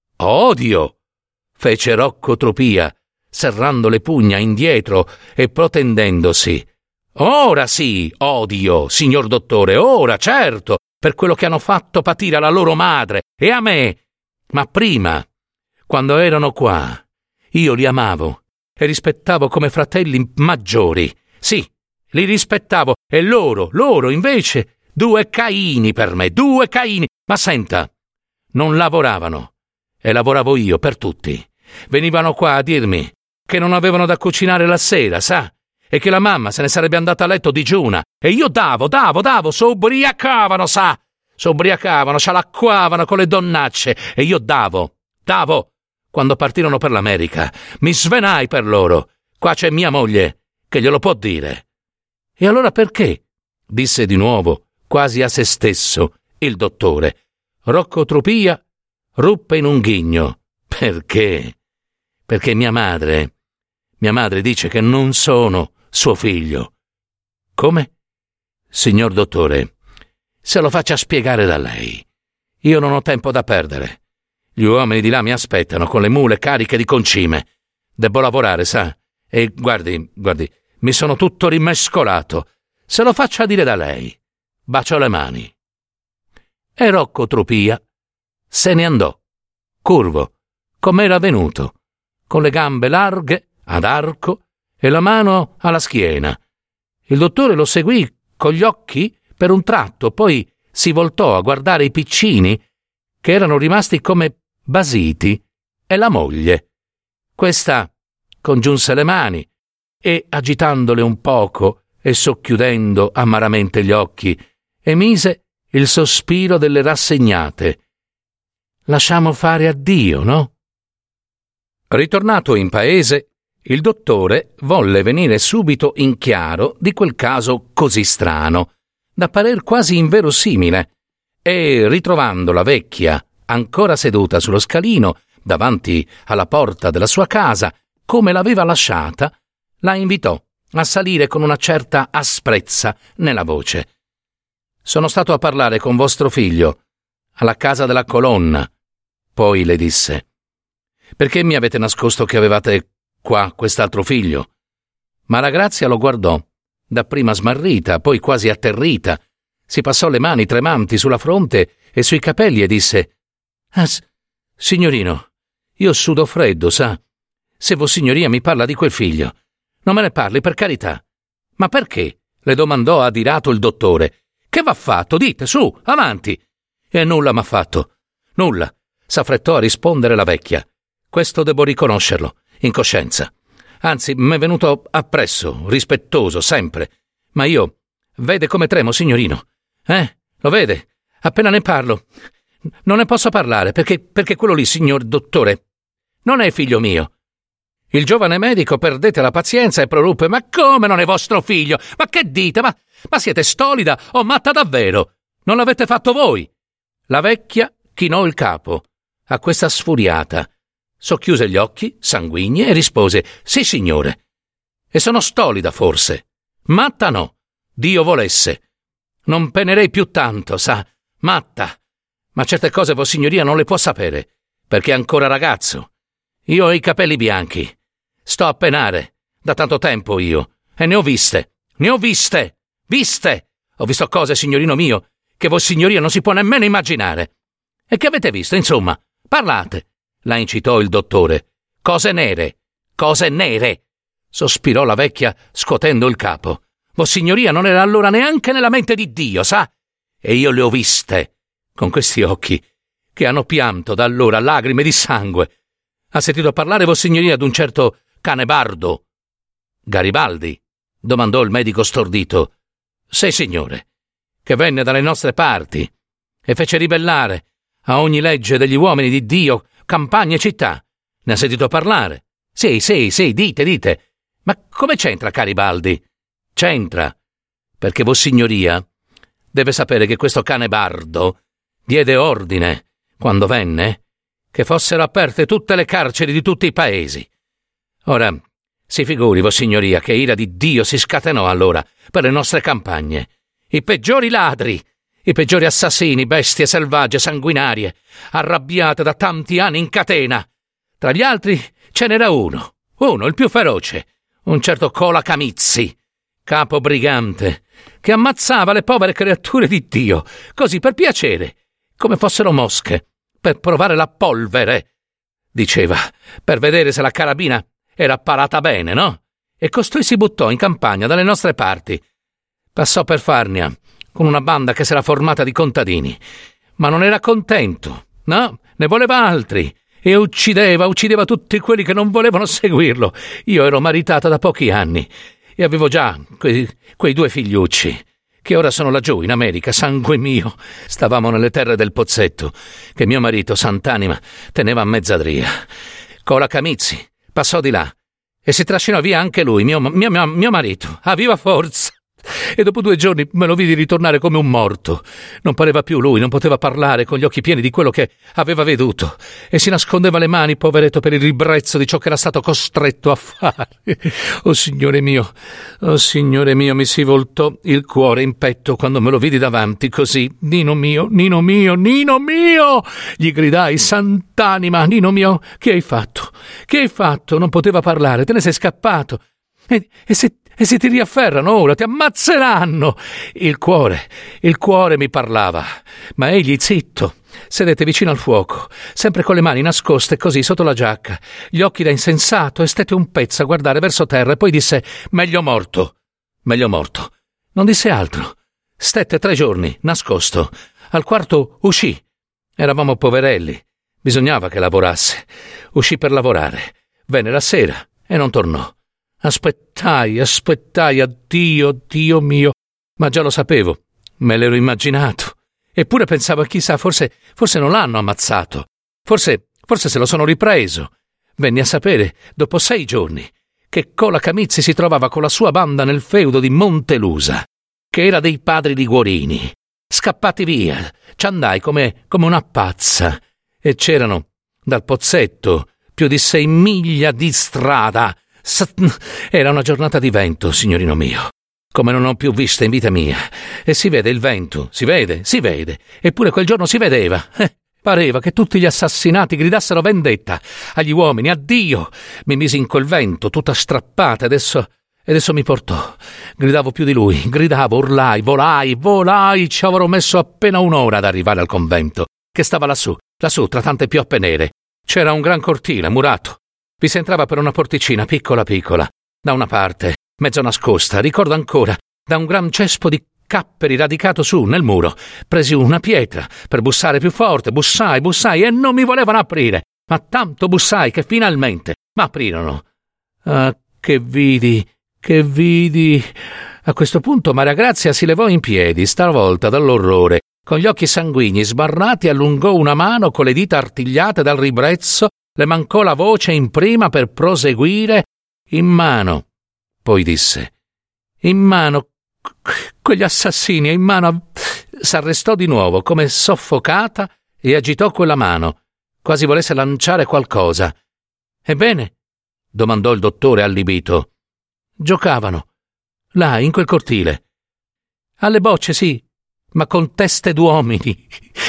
fece Rocco Trupìa, serrando le pugna indietro e protendendosi. Ora sì, odio, signor dottore, ora, certo, per quello che hanno fatto patire alla loro madre e a me. Ma prima, quando erano qua, io li amavo e rispettavo come fratelli maggiori. Sì, li rispettavo, e loro invece, 2 Caini per me, 2 Caini. Ma senta, non lavoravano e lavoravo io per tutti. Venivano qua a dirmi che non avevano da cucinare la sera, sa? E che la mamma se ne sarebbe andata a letto digiuna. E io davo, s'ubriacavano, sa? S'ubriacavano, scialacquavano con le donnacce. E io davo. Quando partirono per l'America, mi svenai per loro. Qua c'è mia moglie, che glielo può dire. E allora perché? Disse di nuovo, quasi a se stesso, il dottore. Rocco Trupìa ruppe in un ghigno. Perché? Perché mia madre dice che non sono suo figlio. Come? Signor dottore, se lo faccia spiegare da lei. Io non ho tempo da perdere. Gli uomini di là mi aspettano con le mule cariche di concime. Debbo lavorare, sa? E guardi, mi sono tutto rimescolato. Se lo faccia dire da lei. Bacio le mani. E Rocco Trupìa se ne andò, curvo, com'era venuto, con le gambe larghe, ad arco, e la mano alla schiena. Il dottore lo seguì con gli occhi per un tratto, poi si voltò a guardare i piccini, che erano rimasti come basiti, e la moglie. Questa congiunse le mani e, agitandole un poco e socchiudendo amaramente gli occhi, emise il sospiro delle rassegnate. Lasciamo fare a Dio, no? Ritornato in paese, il dottore volle venire subito in chiaro di quel caso così strano, da parer quasi inverosimile, e, ritrovando la vecchia ancora seduta sullo scalino davanti alla porta della sua casa, come l'aveva lasciata, la invitò a salire con una certa asprezza nella voce. «Sono stato a parlare con vostro figlio, alla casa della colonna». Poi le disse: «Perché mi avete nascosto che avevate qua quest'altro figlio?» Ma la Grazia lo guardò, dapprima smarrita, poi quasi atterrita, si passò le mani tremanti sulla fronte e sui capelli e disse: «Signorino, io sudo freddo, sa? Se vossignoria mi parla di quel figlio, non me ne parli, per carità». «Ma perché?» le domandò adirato il dottore. «Che v'ha fatto? Dite, su, avanti!» «E nulla m'ha fatto, nulla», s'affrettò a rispondere la vecchia. «Questo debbo riconoscerlo. in coscienza. Anzi, m'è venuto appresso, rispettoso, sempre. Ma io, vede come tremo, signorino? Lo vede? Appena ne parlo, non ne posso parlare, perché quello lì, signor dottore, non è figlio mio. Il giovane medico perdette la pazienza e proruppe: ma come non è vostro figlio? Ma che dite? Ma siete stolida o matta davvero? Non l'avete fatto voi? La vecchia chinò il capo a questa sfuriata, socchiuse gli occhi, sanguigni, e rispose: sì, signore. E sono stolida, forse. Matta no. Dio volesse. Non penerei più tanto, sa. Matta. Ma certe cose Vossignoria non le può sapere, perché è ancora ragazzo. Io ho i capelli bianchi. Sto a penare. Da tanto tempo io. E ne ho viste. Viste! Ho visto cose, signorino mio, che Vossignoria non si può nemmeno immaginare. E che avete visto, insomma? Parlate, la incitò il dottore. Cose nere, sospirò la vecchia scuotendo il capo. Vossignoria non era allora neanche nella mente di Dio, sa? E io le ho viste, con questi occhi, che hanno pianto da allora lacrime di sangue. Ha sentito parlare Vossignoria d'un certo Canebardo? Garibaldi? Domandò il medico stordito. Sì, signore, che venne dalle nostre parti e fece ribellare a ogni legge degli uomini di Dio campagne e città. Ne ha sentito parlare? Sì, dite. Ma come c'entra Garibaldi? C'entra, perché Vossignoria deve sapere che questo Canebardo diede ordine, quando venne, che fossero aperte tutte le carceri di tutti i paesi. Ora, si figuri, Vossignoria, che ira di Dio si scatenò allora per le nostre campagne. I peggiori ladri, i peggiori assassini, bestie selvagge, sanguinarie, arrabbiate da tanti anni in catena. Tra gli altri ce n'era uno, il più feroce, un certo Cola Camizzi, capo brigante, che ammazzava le povere creature di Dio, così per piacere, come fossero mosche, per provare la polvere. Diceva, per vedere se la carabina era parata bene, no? E costui si buttò in campagna dalle nostre parti. Passò per Farnia con una banda che s'era formata di contadini, ma non era contento, no? Ne voleva altri e uccideva tutti quelli che non volevano seguirlo. Io ero maritata da pochi anni e avevo già quei 2 figliucci che ora sono laggiù in America, sangue mio. Stavamo nelle terre del Pozzetto che mio marito, sant'anima, teneva a mezzadria. Cola Camizzi passò di là e si trascinò via anche lui, mio marito, a viva forza. E dopo 2 giorni me lo vidi ritornare come un morto. Non pareva più lui, non poteva parlare, con gli occhi pieni di quello che aveva veduto, e si nascondeva le mani, poveretto, per il ribrezzo di ciò che era stato costretto a fare. Oh Signore mio, mi si voltò il cuore in petto quando me lo vidi davanti così. Nino mio, gli gridai, sant'anima, Nino mio, che hai fatto? Non poteva parlare, te ne sei scappato. E se ti riafferrano ora, ti ammazzeranno! Il cuore mi parlava, ma egli zitto, sedette vicino al fuoco, sempre con le mani nascoste così sotto la giacca, gli occhi da insensato, e stette un pezzo a guardare verso terra e poi disse: meglio morto. Non disse altro. Stette 3 giorni, nascosto. Al quarto uscì. Eravamo poverelli. Bisognava che lavorasse. Uscì per lavorare. Venne la sera e non tornò. Aspettai, Dio mio, ma già lo sapevo, me l'ero immaginato. Eppure pensavo, chissà, forse non l'hanno ammazzato, forse se lo sono ripreso. Venni a sapere, dopo 6 giorni, che Cola Camizzi si trovava con la sua banda nel feudo di Montelusa, che era dei padri di Guorini. Scappati via, ci andai come una pazza, e c'erano, dal Pozzetto, più di 6 miglia di strada. Era una giornata di vento, signorino mio, come non ho più vista in vita mia, e si vede il vento, si vede, eppure quel giorno si vedeva. Pareva che tutti gli assassinati gridassero vendetta agli uomini, a Dio. Mi misi in quel vento, tutta strappata, ed esso mi portò. Gridavo più di lui, gridavo, urlai, volai, ci avrò messo appena 1 ora ad arrivare al convento, che stava lassù, tra tante pioppe nere. C'era un gran cortile, murato. Vi si entrava per una porticina piccola, da una parte, mezzo nascosta, ricordo ancora, da un gran cespo di capperi radicato su nel muro. Presi una pietra per bussare più forte, bussai e non mi volevano aprire, ma tanto bussai che finalmente ma aprirono. Ah, che vidi! A questo punto Maria Grazia si levò in piedi, stavolta dall'orrore. Con gli occhi sanguigni sbarrati allungò una mano con le dita artigliate dal ribrezzo, le mancò la voce in prima per proseguire. In mano, poi disse, in mano, quegli assassini, in mano. S'arrestò di nuovo, come soffocata, e agitò quella mano, quasi volesse lanciare qualcosa. Ebbene? Domandò il dottore allibito. Giocavano, là, in quel cortile. Alle bocce, sì, ma con teste d'uomini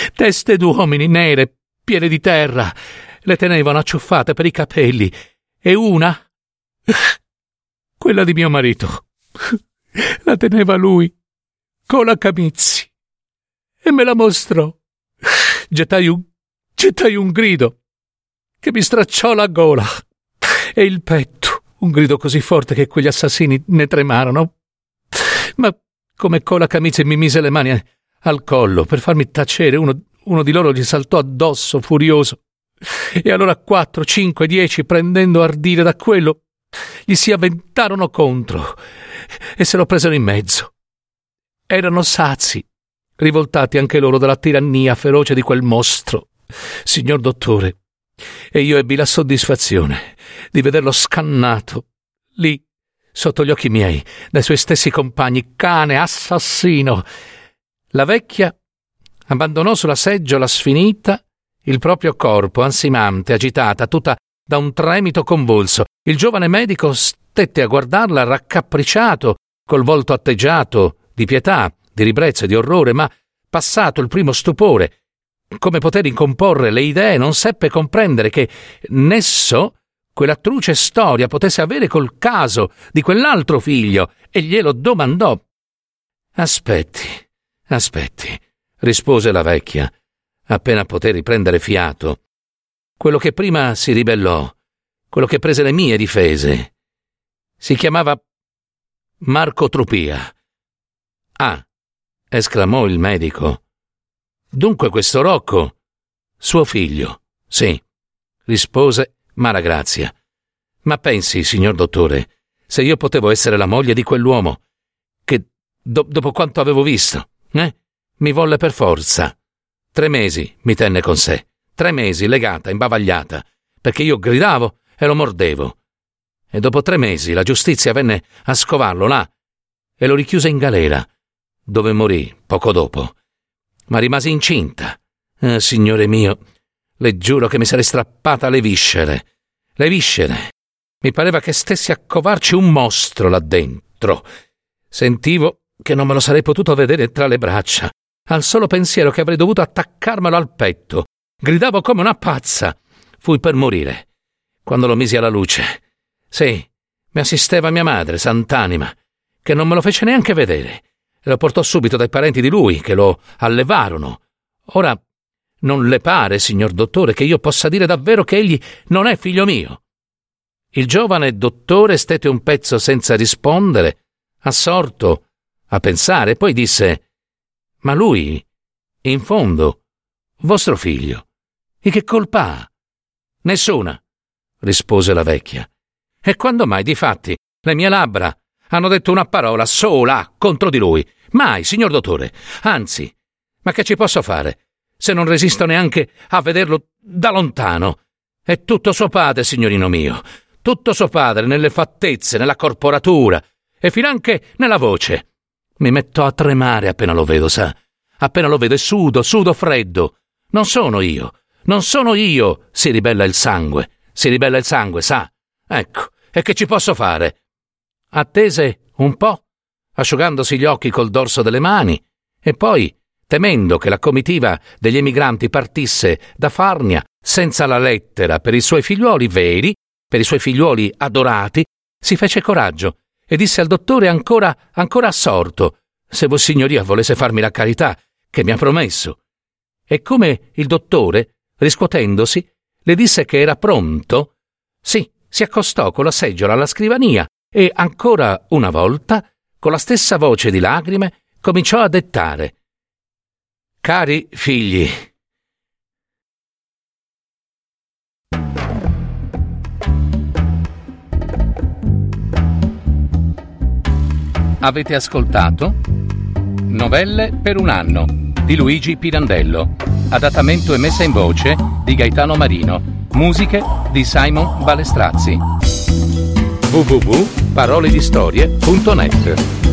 nere, piene di terra. Le tenevano acciuffate per i capelli, e una, quella di mio marito, la teneva lui, Cola Camizzi, e me la mostrò. Gettai un grido che mi stracciò la gola e il petto, un grido così forte che quegli assassini ne tremarono. Ma come Cola Camizzi mi mise le mani al collo per farmi tacere, uno di loro gli saltò addosso furioso, e allora 4, 5, 10, prendendo ardire da quello, gli si avventarono contro e se lo presero in mezzo. Erano sazi, rivoltati anche loro dalla tirannia feroce di quel mostro, signor dottore, e io ebbi la soddisfazione di vederlo scannato, lì, sotto gli occhi miei, dai suoi stessi compagni, cane assassino. La vecchia abbandonò sulla seggiola sfinita il proprio corpo, ansimante, agitata, tutta da un tremito convulso. Il giovane medico stette a guardarla raccapricciato, col volto atteggiato di pietà, di ribrezzo e di orrore, ma passato il primo stupore, come poté ricomporre le idee, non seppe comprendere che nesso quella truce storia potesse avere col caso di quell'altro figlio, e glielo domandò. Aspetti, rispose la vecchia, appena poté riprendere fiato. Quello che prima si ribellò, quello che prese le mie difese, si chiamava Marco Trupia. Ah, esclamò il medico. Dunque questo Rocco, suo figlio, sì, rispose Maria Grazia. Ma pensi, signor dottore, se io potevo essere la moglie di quell'uomo, che dopo quanto avevo visto, mi volle per forza. 3 mesi mi tenne con sé, 3 mesi legata, imbavagliata, perché io gridavo e lo mordevo. E dopo 3 mesi la giustizia venne a scovarlo là e lo richiuse in galera, dove morì poco dopo. Ma rimasi incinta. Signore mio, le giuro che mi sarei strappata le viscere. Mi pareva che stessi a covarci un mostro là dentro. Sentivo che non me lo sarei potuto vedere tra le braccia, al solo pensiero che avrei dovuto attaccarmelo al petto. Gridavo come una pazza. Fui per morire quando lo misi alla luce. Sì, mi assisteva mia madre, sant'anima, che non me lo fece neanche vedere. Lo portò subito dai parenti di lui, che lo allevarono. Ora, non le pare, signor dottore, che io possa dire davvero che egli non è figlio mio? Il giovane dottore stette un pezzo senza rispondere, assorto, a pensare, poi disse: «Ma lui, in fondo, vostro figlio, e che colpa ha?» «Nessuna», rispose la vecchia. «E quando mai, difatti, le mie labbra hanno detto una parola sola contro di lui? Mai, signor dottore. Anzi, ma che ci posso fare, se non resisto neanche a vederlo da lontano? È tutto suo padre, signorino mio, tutto suo padre, nelle fattezze, nella corporatura e finanche nella voce. Mi metto a tremare appena lo vedo, sa? Appena lo vedo e sudo freddo. Non sono io, si ribella il sangue, sa? Ecco, e che ci posso fare?» Attese un po', asciugandosi gli occhi col dorso delle mani, e poi, temendo che la comitiva degli emigranti partisse da Farnia senza la lettera per i suoi figliuoli veri, per i suoi figliuoli adorati, si fece coraggio e disse al dottore ancora assorto: «Se Vossignoria volesse farmi la carità che mi ha promesso». E come il dottore, riscuotendosi, le disse che era pronto, sì, si accostò con la seggiola alla scrivania e ancora una volta, con la stessa voce di lacrime, cominciò a dettare: «Cari figli». Avete ascoltato Novelle per un anno di Luigi Pirandello, adattamento e messa in voce di Gaetano Marino, musiche di Simon Balestrazzi. www.paroledistorie.net